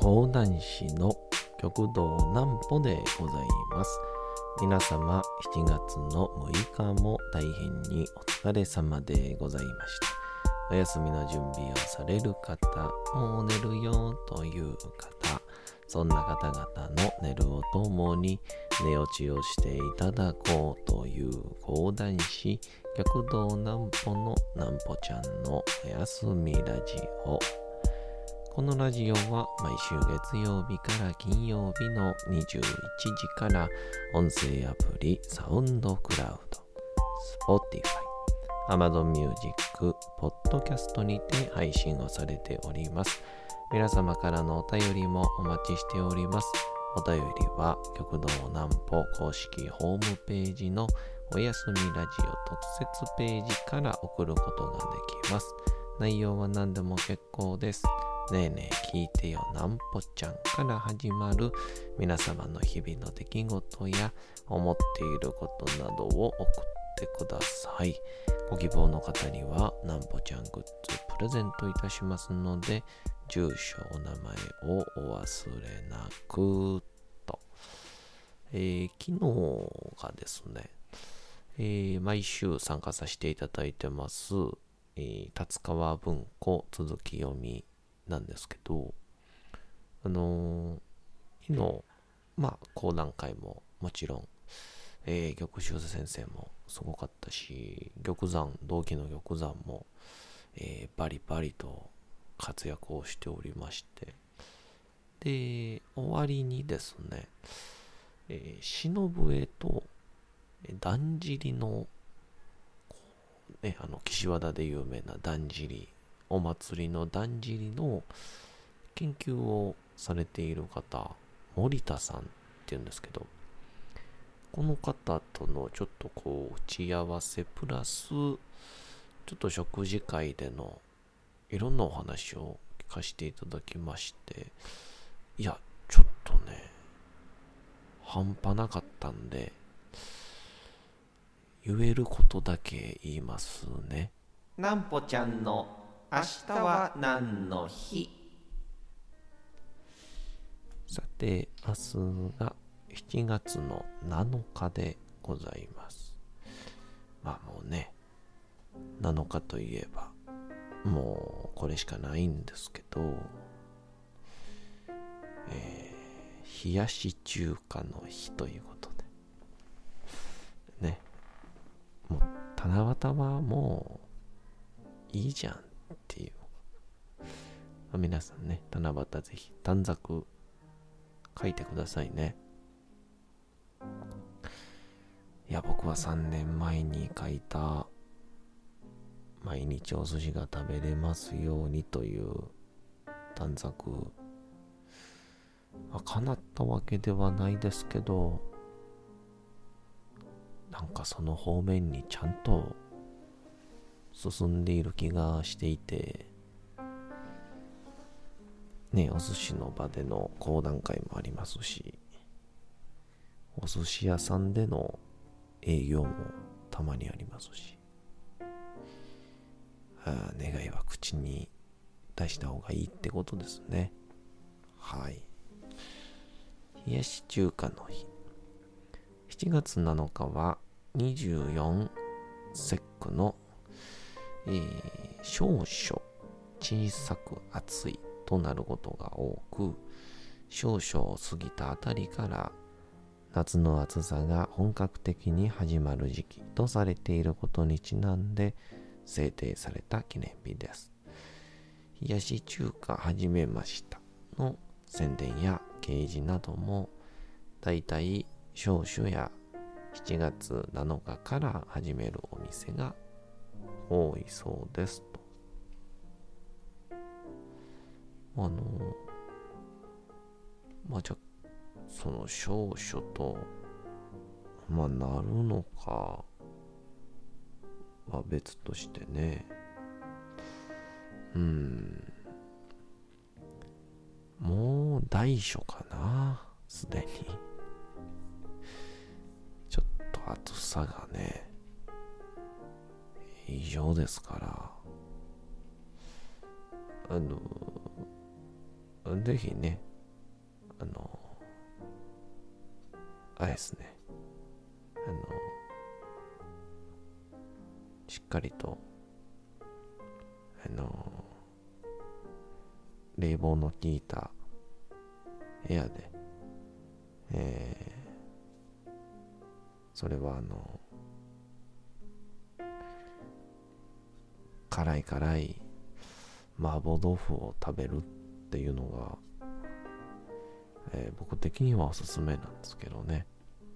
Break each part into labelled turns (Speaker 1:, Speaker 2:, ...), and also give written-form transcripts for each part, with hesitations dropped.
Speaker 1: 講談師の極道南歩でございます。皆様7月の6日も大変にお疲れ様でございました。お休みの準備をされる方、もう寝るよという方、そんな方々の寝るをともに寝落ちをしていただこうという講談師極道南歩の南歩ちゃんのおやすみラジオ。このラジオは毎週月曜日から金曜日の21時から音声アプリサウンドクラウド、Spotify、Amazon Music、ポッドキャストにて配信をされております。皆様からのお便りもお待ちしております。お便りは極道南歩公式ホームページのおやすみラジオ特設ページから送ることができます。内容は何でも結構です。ねえねえ聞いてよなんぽちゃんから始まる皆様の日々の出来事や思っていることなどを送ってください。ご希望の方にはなんぽちゃんグッズプレゼントいたしますので、住所お名前をお忘れなくと。昨日がですね、毎週参加させていただいてます、達川文庫続き読みなんですけど、昨日講談会ももちろん、玉秀先生もすごかったし、同期の玉山も、バリバリと活躍をしておりまして、で終わりにですね、篠笛とだんじりの、岸和田で有名なだんじり、お祭りのだんじりの研究をされている方、森田さんっていうんですけど、この方とのちょっと打ち合わせプラスちょっと食事会でのいろんなお話を聞かせていただきまして、いやちょっとね半端なかったんで言えることだけ言いますね。なんぽちゃんの明日は何の日。さて、明日が7月の7日でございます。もうね、7日といえばもうこれしかないんですけど、冷やし中華の日ということでね、もう七夕はもういいじゃんっていう、皆さんね、七夕ぜひ短冊書いてくださいね。いや僕は3年前に書いた毎日お寿司が食べれますようにという短冊、叶ったわけではないですけど、なんかその方面にちゃんと進んでいる気がしていてね、お寿司の場での講談会もありますし、お寿司屋さんでの営業もたまにありますし、願いは口に出した方がいいってことですね。はい。冷やし中華の日、7月7日は24節句の、少々小さく暑いとなることが多く、少々を過ぎたあたりから夏の暑さが本格的に始まる時期とされていることにちなんで制定された記念日です。冷やし中華始めましたの宣伝や掲示などもだいたい少々や7月7日から始めるお店が多いそうですと。じゃその少々となるのかは別としてね、もう大暑かな、すでにちょっと暑さがね異常ですから、ぜひねあれですね、しっかりと冷房の効いた部屋で、それは辛い麻婆豆腐を食べるっていうのが、僕的にはおすすめなんですけどね。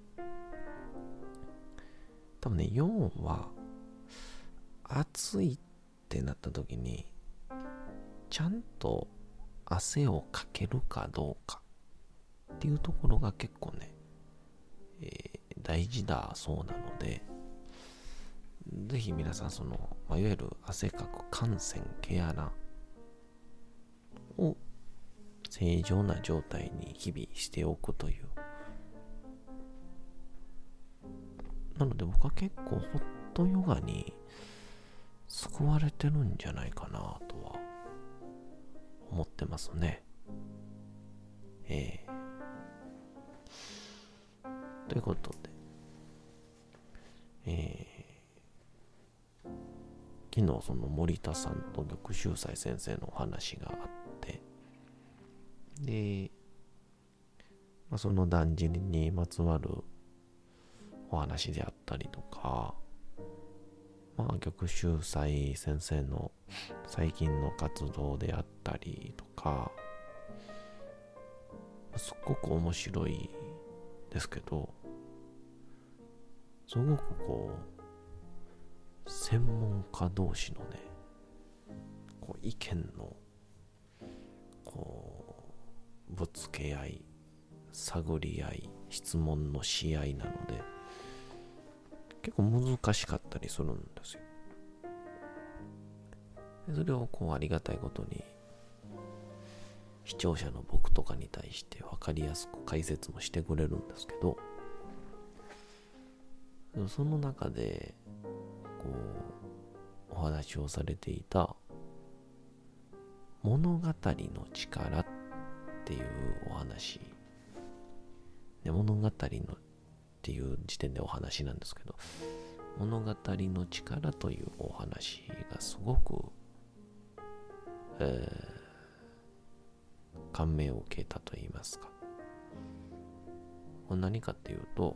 Speaker 1: 多分ね、要は暑いってなった時にちゃんと汗をかけるかどうかっていうところが結構ね、大事だそうなので、ぜひ皆さんいわゆる汗かく汗腺毛穴を正常な状態に日々しておくという。なので僕は結構ホットヨガに救われてるんじゃないかなとは思ってますね。ということで、昨日森田さんと玉秀斎先生のお話があって、で、そのだんじりにまつわるお話であったりとか、玉秀斎先生の最近の活動であったりとか、すっごく面白いですけど、すごく専門家同士のね、意見のぶつけ合い、探り合い、質問のし合いなので、結構難しかったりするんですよ。でそれをありがたいことに視聴者の僕とかに対して分かりやすく解説もしてくれるんですけど、その中でお話をされていた物語の力っていうお話で、物語のっていう時点でお話なんですけど、物語の力というお話がすごく、感銘を受けたと言いますか。何かっていうと、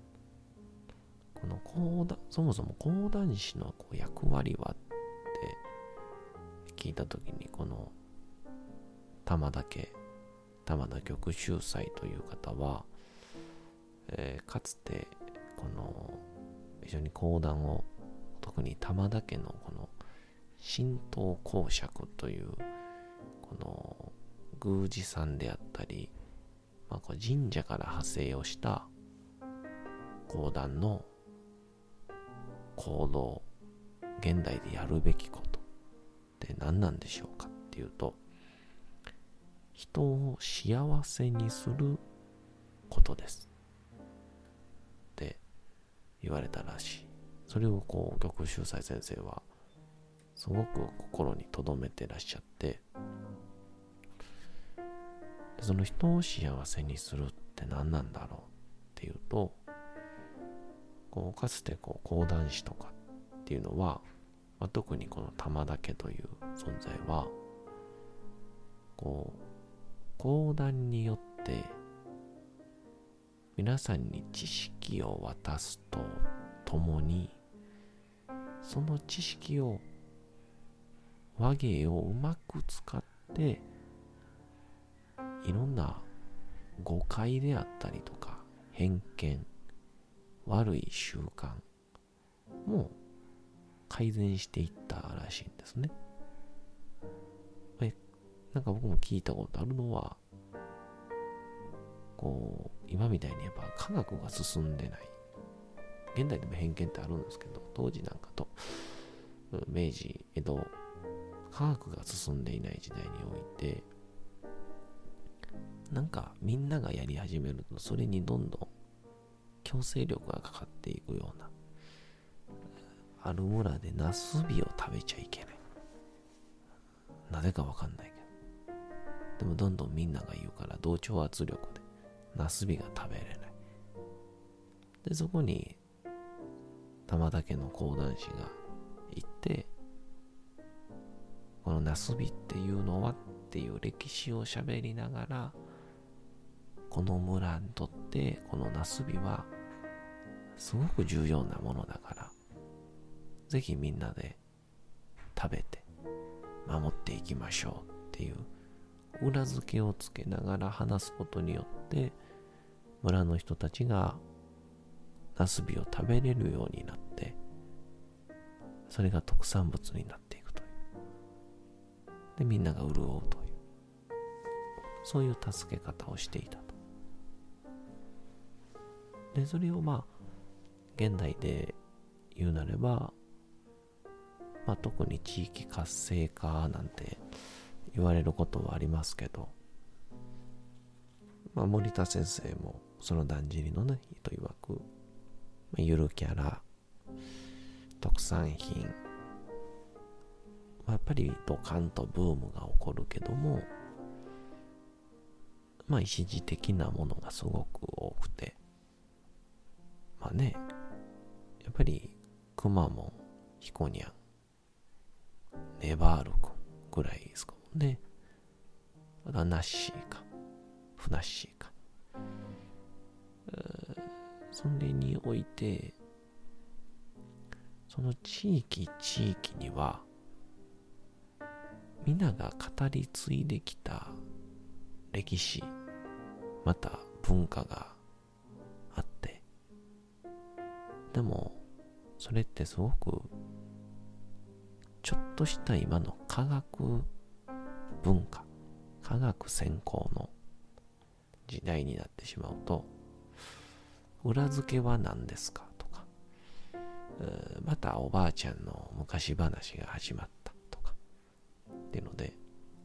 Speaker 1: そもそも講談師の役割はって聞いたときに、玉田玉秀斎という方は、かつて非常に講談を、特に玉田家の神道講釈という宮司さんであったり、神社から派生をした講談の行動、現代でやるべきことって何なんでしょうかっていうと、人を幸せにすることですって言われたらしい。それを玉秀斎先生はすごく心に留めてらっしゃって、その人を幸せにするって何なんだろうっていうと、かつて講談師とかっていうのは、特に玉田家という存在は講談によって皆さんに知識を渡すとともに、その知識を話芸をうまく使っていろんな誤解であったりとか偏見、悪い習慣も改善していったらしいんですね。なんか僕も聞いたことあるのは、今みたいにやっぱ科学が進んでない、現代でも偏見ってあるんですけど、当時なんかと明治、江戸、科学が進んでいない時代において、なんかみんながやり始めると、それにどんどん強制力がかかっていくような、ある村でナスビを食べちゃいけない、なぜかわかんないけど、 でもどんどんみんなが言うから同調圧力でナスビが食べれない。で、そこに玉田家の講談師が行って、このナスビっていうのはっていう歴史を喋りながら、この村にとってこのナスビはすごく重要なものだから、ぜひみんなで食べて守っていきましょうっていう裏付けをつけながら話すことによって、村の人たちがナスビを食べれるようになって、それが特産物になっていくという。で、みんなが潤うという、そういう助け方をしていたと。で、それを現代で言うなれば、特に地域活性化なんて言われることはありますけど、森田先生もそのだんじりのね、人曰く、ゆるキャラ、特産品、やっぱりドカンとブームが起こるけども、一時的なものがすごく多くて、やっぱりくまモン、ひこにゃん、ネバールくんぐらいですかもね。まだナッシーか、フナッシーか。それにおいて、その地域には、皆が語り継いできた歴史、また文化があって、でも、それってすごく、ちょっとした今の科学文化、科学先行の時代になってしまうと、裏付けは何ですかとか、またおばあちゃんの昔話が始まったとかっていうので、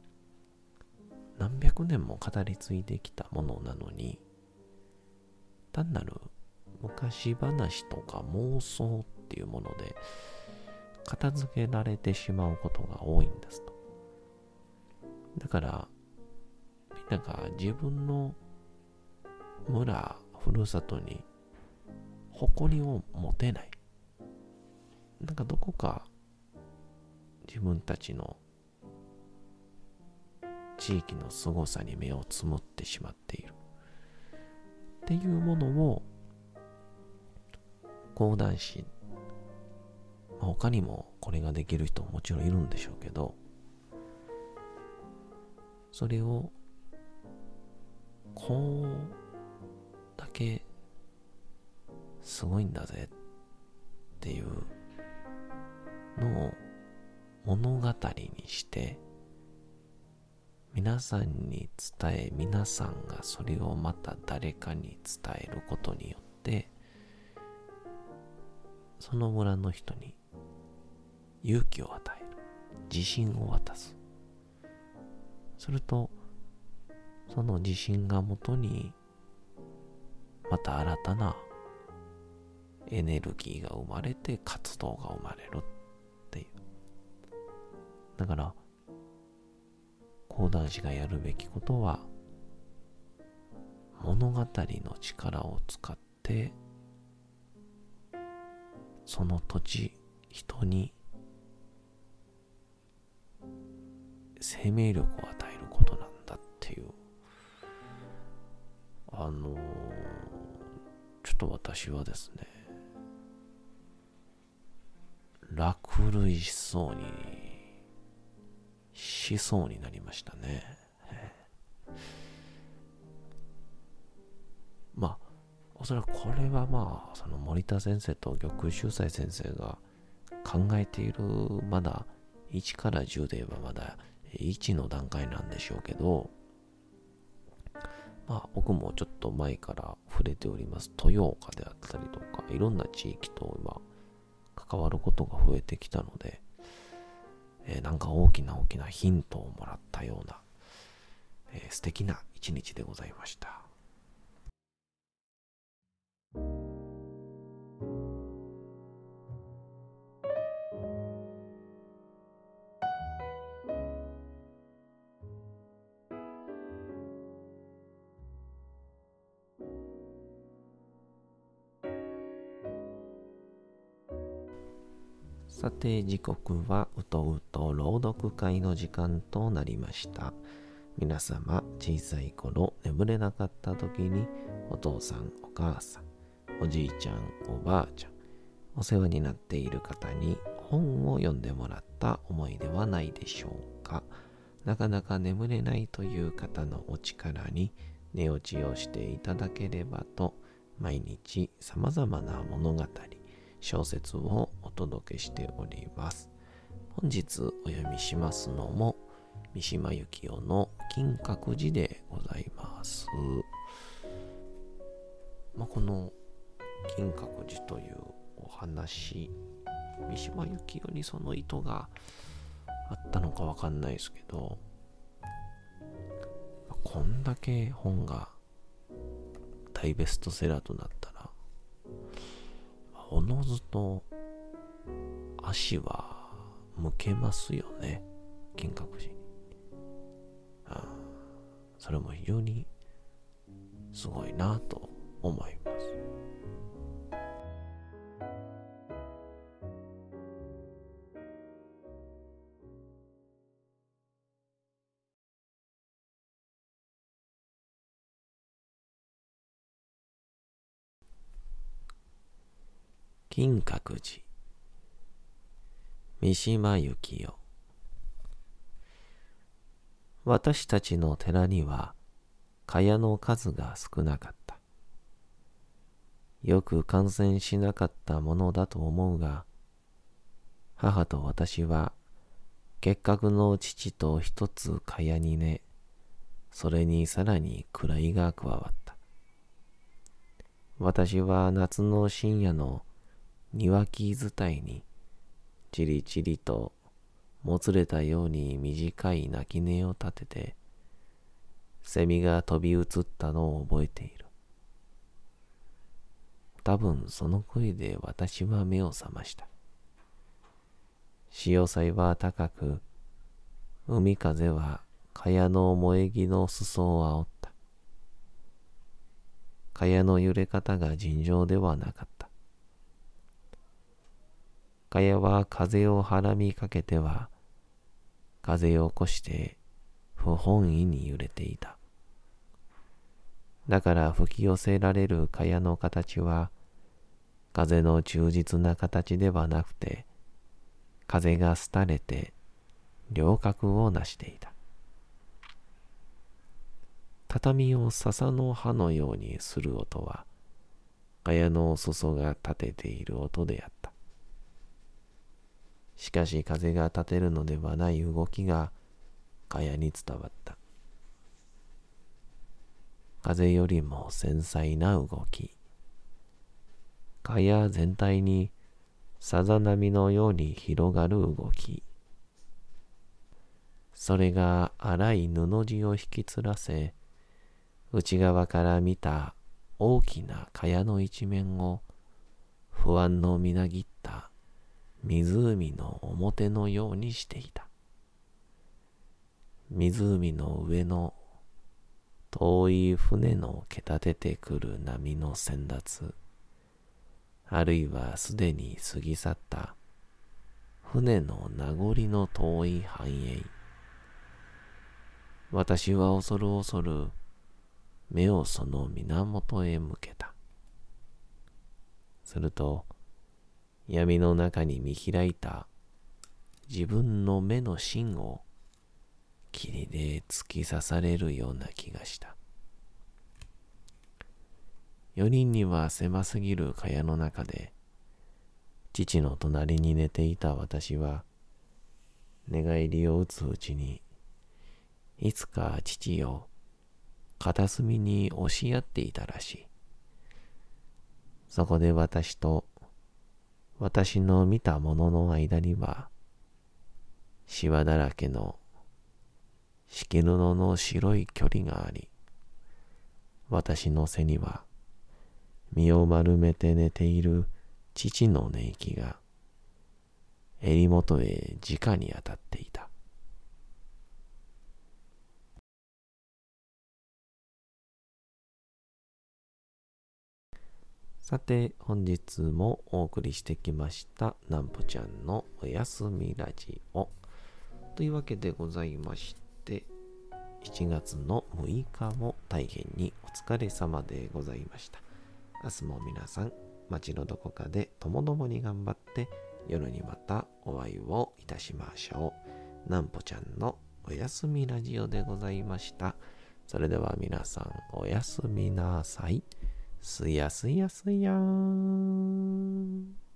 Speaker 1: 何百年も語り継いできたものなのに、単なる昔話とか妄想っていうもので片付けられてしまうことが多いんですと。だからみんなが自分の村、ふるさとに誇りを持てない。なんかどこか自分たちの地域の凄さに目をつむってしまっているっていうものを講談師、他にもこれができる人ももちろんいるんでしょうけど、それをこうだけすごいんだぜっていうのを物語にして皆さんに伝え、皆さんがそれをまた誰かに伝えることによってその村の人に勇気を与える、自信を渡す。するとその自信がもとにまた新たなエネルギーが生まれて活動が生まれるっていう。だから講談師がやるべきことは物語の力を使ってその土地、人に生命力を与えることなんだっていう、ちょっと私はですね、落類しそうになりましたね。おそらくこれはその森田先生と玉秀斎先生が考えている、まだ1から10で言えばまだ1の段階なんでしょうけど、僕もちょっと前から触れております豊岡であったりとか、いろんな地域と今関わることが増えてきたので、なんか大きなヒントをもらったような、素敵な一日でございました。 さて時刻はうとうと朗読会の時間となりました。皆様小さい頃眠れなかった時にお父さんお母さんおじいちゃんおばあちゃんお世話になっている方に本を読んでもらった思いではないでしょうか。なかなか眠れないという方のお力に寝落ちをしていただければと、毎日様々な物語小説をお届けしております。本日お読みしますのも三島由紀夫の金閣寺でございます。この金閣寺というお話、三島由紀夫にその意図があったのかわかんないですけど、こんだけ本が大ベストセラーとなったらおのずと足は向けますよね、金閣寺に。それも非常にすごいなと思います。金閣寺、三島由紀夫。私たちの寺には蚊帳の数が少なかった。よく感染しなかったものだと思うが、母と私は結核の父と一つ蚊帳に寝、それにさらに位が加わった。私は夏の深夜の庭木伝いにチリチリともつれたように短い鳴き音を立てて、セミが飛び移ったのを覚えている。多分その声で私は目を覚ました。潮騒は高く、海風は蚊帳の萌え木の裾を煽った。蚊帳の揺れ方が尋常ではなかった。蚊帳は風をはらみかけては、風を起こして不本意に揺れていた。だから吹き寄せられる蚊帳の形は、風の忠実な形ではなくて、風が廃れて稜角をなしていた。畳を笹の葉のようにする音は、蚊帳の裾が立てている音であった。しかし風が立てるのではない動きが蚊帳に伝わった。風よりも繊細な動き。蚊帳全体にさざ波のように広がる動き。それが粗い布地を引きつらせ、内側から見た大きな蚊帳の一面を不安のみなぎった湖の表のようにしていた。湖の上の遠い船のけたててくる波の先達、あるいはすでに過ぎ去った船の名残の遠い繁栄。私は恐る恐る目をその源へ向けた。すると、闇の中に見開いた自分の目の芯を霧で突き刺されるような気がした。4人には狭すぎる蚊帳の中で、父の隣に寝ていた私は、寝返りを打つうちに、いつか父を片隅に押しやっていたらしい。そこで私と私の見たものの間には、シワだらけの敷布の白い距離があり、私の背には身を丸めて寝ている父の寝息が襟元へ直に当たっていた。 さて、本日もお送りしてきましたなんぽちゃんのおやすみラジオというわけでございまして、7月の6日も大変にお疲れ様でございました。明日も皆さん街のどこかでともどもに頑張って夜にまたお会いをいたしましょう。なんぽちゃんのおやすみラジオでございました。それでは皆さんおやすみなさい。すやすやすやーん。